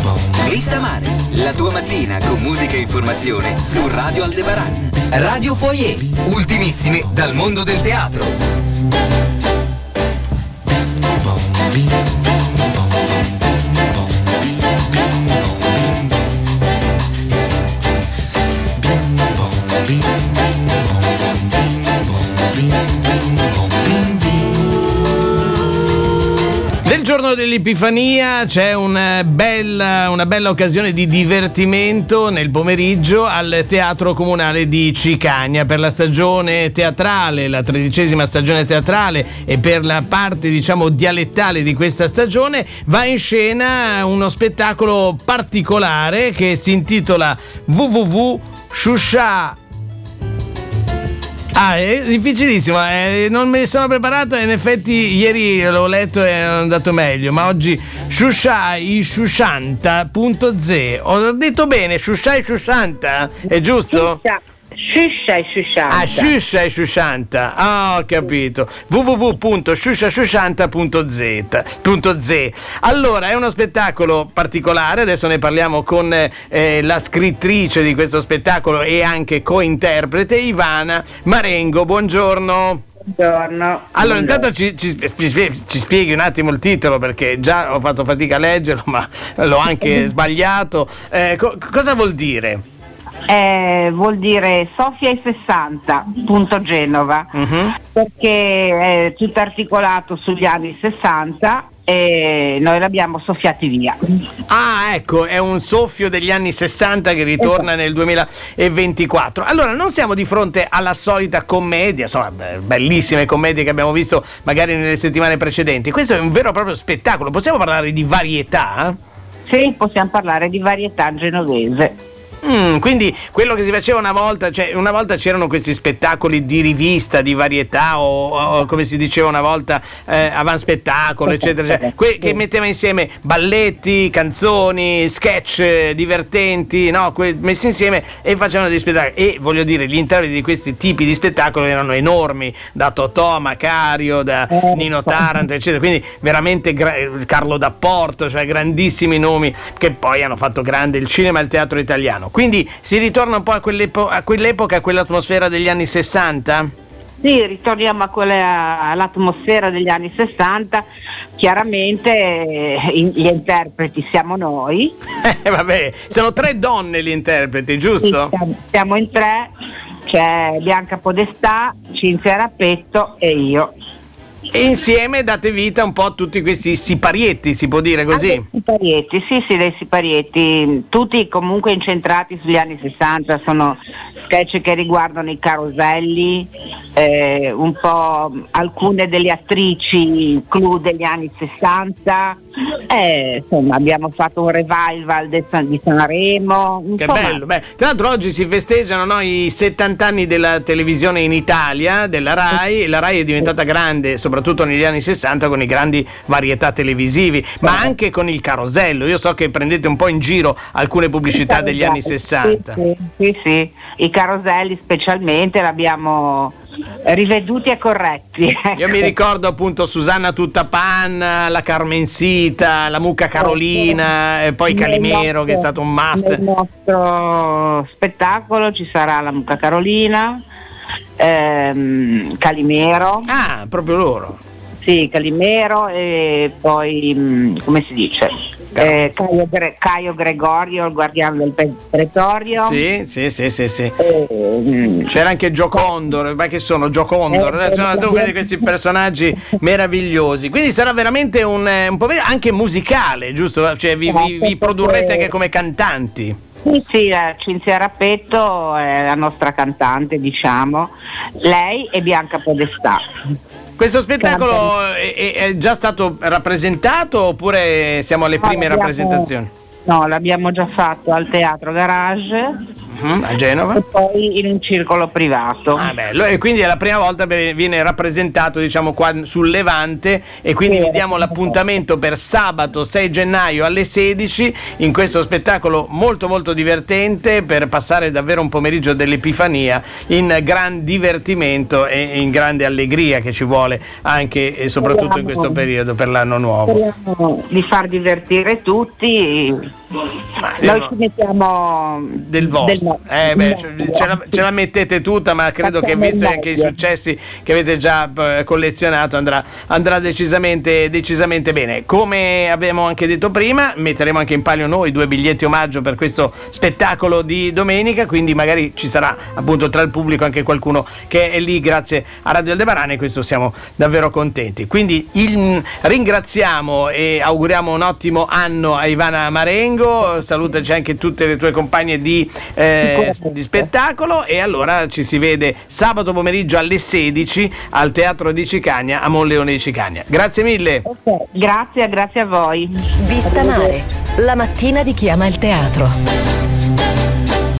Vista Mare, la tua mattina con musica e informazione su Radio Aldebaran. Radio Foyer, ultimissime dal mondo del teatro. Nel giorno dell'Epifania c'è una bella occasione di divertimento nel pomeriggio al Teatro Comunale di Cicagna per la stagione teatrale, la 13ª stagione teatrale, e per la parte diciamo dialettale di questa stagione va in scena uno spettacolo particolare che si intitola www.shusha. È difficilissimo, non me ne sono preparato e in effetti ieri l'ho letto e è andato meglio, ma oggi shushai-shushanta.ze. Ho detto bene, shushai-shushanta, è giusto? Shusha-Shushanta. Ah, Shusha-Shushanta. Ah, ho capito. www.shusha-shushanta.ze. Allora, è uno spettacolo particolare, adesso ne parliamo con la scrittrice di questo spettacolo e anche co-interprete, Ivana Marengo. Buongiorno. Buongiorno. Allora, intanto ci spieghi un attimo il titolo, perché già ho fatto fatica a leggerlo, ma l'ho anche sbagliato. Cosa vuol dire? Vuol dire Sofia ai 60, punto Genova, perché è tutto articolato sugli anni 60 e noi l'abbiamo soffiati via. Ah, ecco, è un soffio degli anni 60 che ritorna nel 2024. Allora, non siamo di fronte alla solita commedia, insomma, bellissime commedie che abbiamo visto magari nelle settimane precedenti. Questo è un vero e proprio spettacolo. Possiamo parlare di varietà? Sì, possiamo parlare di varietà genovese. Quindi quello che si faceva una volta, cioè una volta c'erano questi spettacoli di rivista, di varietà o come si diceva una volta avanspettacolo, eccetera, che metteva insieme balletti, canzoni, sketch divertenti, no? Messi insieme e facevano degli spettacoli. E voglio dire, gli interpreti di questi tipi di spettacoli erano enormi, da Totò, Macario, da Nino Taranto, eccetera, quindi veramente Carlo D'Apporto, cioè grandissimi nomi che poi hanno fatto grande il cinema e il teatro italiano. Quindi si ritorna un po' a quell'epoca, a quell'atmosfera degli anni 60? Sì, ritorniamo all'atmosfera degli anni 60, chiaramente gli interpreti siamo noi. Vabbè, sono 3 donne gli interpreti, giusto? Sì, siamo in 3, c'è Bianca Podestà, Cinzia Rappetto e io. E insieme date vita un po' a tutti questi siparietti, si può dire così? Siparietti, sì, dei siparietti, tutti comunque incentrati sugli anni 60, sono sketch che riguardano i caroselli, un po' alcune delle attrici clou degli anni 60, insomma abbiamo fatto un revival di Sanremo. Che bello, beh. Tra l'altro oggi si festeggiano i 70 anni della televisione in Italia, della RAI, e la RAI è diventata grande soprattutto negli anni 60 con i grandi varietà televisivi, ma anche con il carosello. Io so che prendete un po' in giro alcune pubblicità degli anni 60. Sì, i caroselli specialmente l'abbiamo riveduti e corretti. Io mi ricordo appunto Susanna Tuttapanna, la Carmencita, la Mucca Carolina e poi Calimero, che è stato un must. Nel nostro spettacolo ci sarà la Mucca Carolina, Calimero. Ah, proprio loro. Sì, Calimero e poi come si dice? Caio Gregorio, il guardiano del pretorio. Sì. C'era anche Giocondor, ma che sono Giocondor? Sono tutti questi personaggi meravigliosi. Quindi sarà veramente un po' anche musicale, giusto? Cioè vi produrrete anche come cantanti. Sì, Cinzia Rappetto è la nostra cantante, diciamo. Lei e Bianca Podestà. Questo spettacolo è già stato rappresentato oppure siamo alle prime rappresentazioni? No, l'abbiamo già fatto al Teatro Garage. A Genova e poi in un circolo privato. Bello. E quindi è la prima volta che viene rappresentato, diciamo, qua sul Levante, e quindi vi diamo l'appuntamento per sabato 6 gennaio alle 16 in questo spettacolo molto molto divertente, per passare davvero un pomeriggio dell'Epifania in gran divertimento e in grande allegria, che ci vuole anche e soprattutto in questo periodo per l'anno nuovo. Speriamo di far divertire tutti Noi ci mettiamo del vostro, ce la mettete tutta, ma credo che visto anche i successi che avete già collezionato andrà decisamente bene. Come abbiamo anche detto prima, metteremo anche in palio noi 2 biglietti omaggio per questo spettacolo di domenica, quindi magari ci sarà appunto tra il pubblico anche qualcuno che è lì grazie a Radio Aldebaran, e questo siamo davvero contenti. Quindi ringraziamo e auguriamo un ottimo anno a Ivana Marengo, salutaci anche tutte le tue compagne di spettacolo, e allora ci si vede sabato pomeriggio alle 16 al Teatro di Cicagna a Monleone di Cicagna. Grazie mille. Grazie a voi. Vista Mare, la mattina di chi ama il teatro.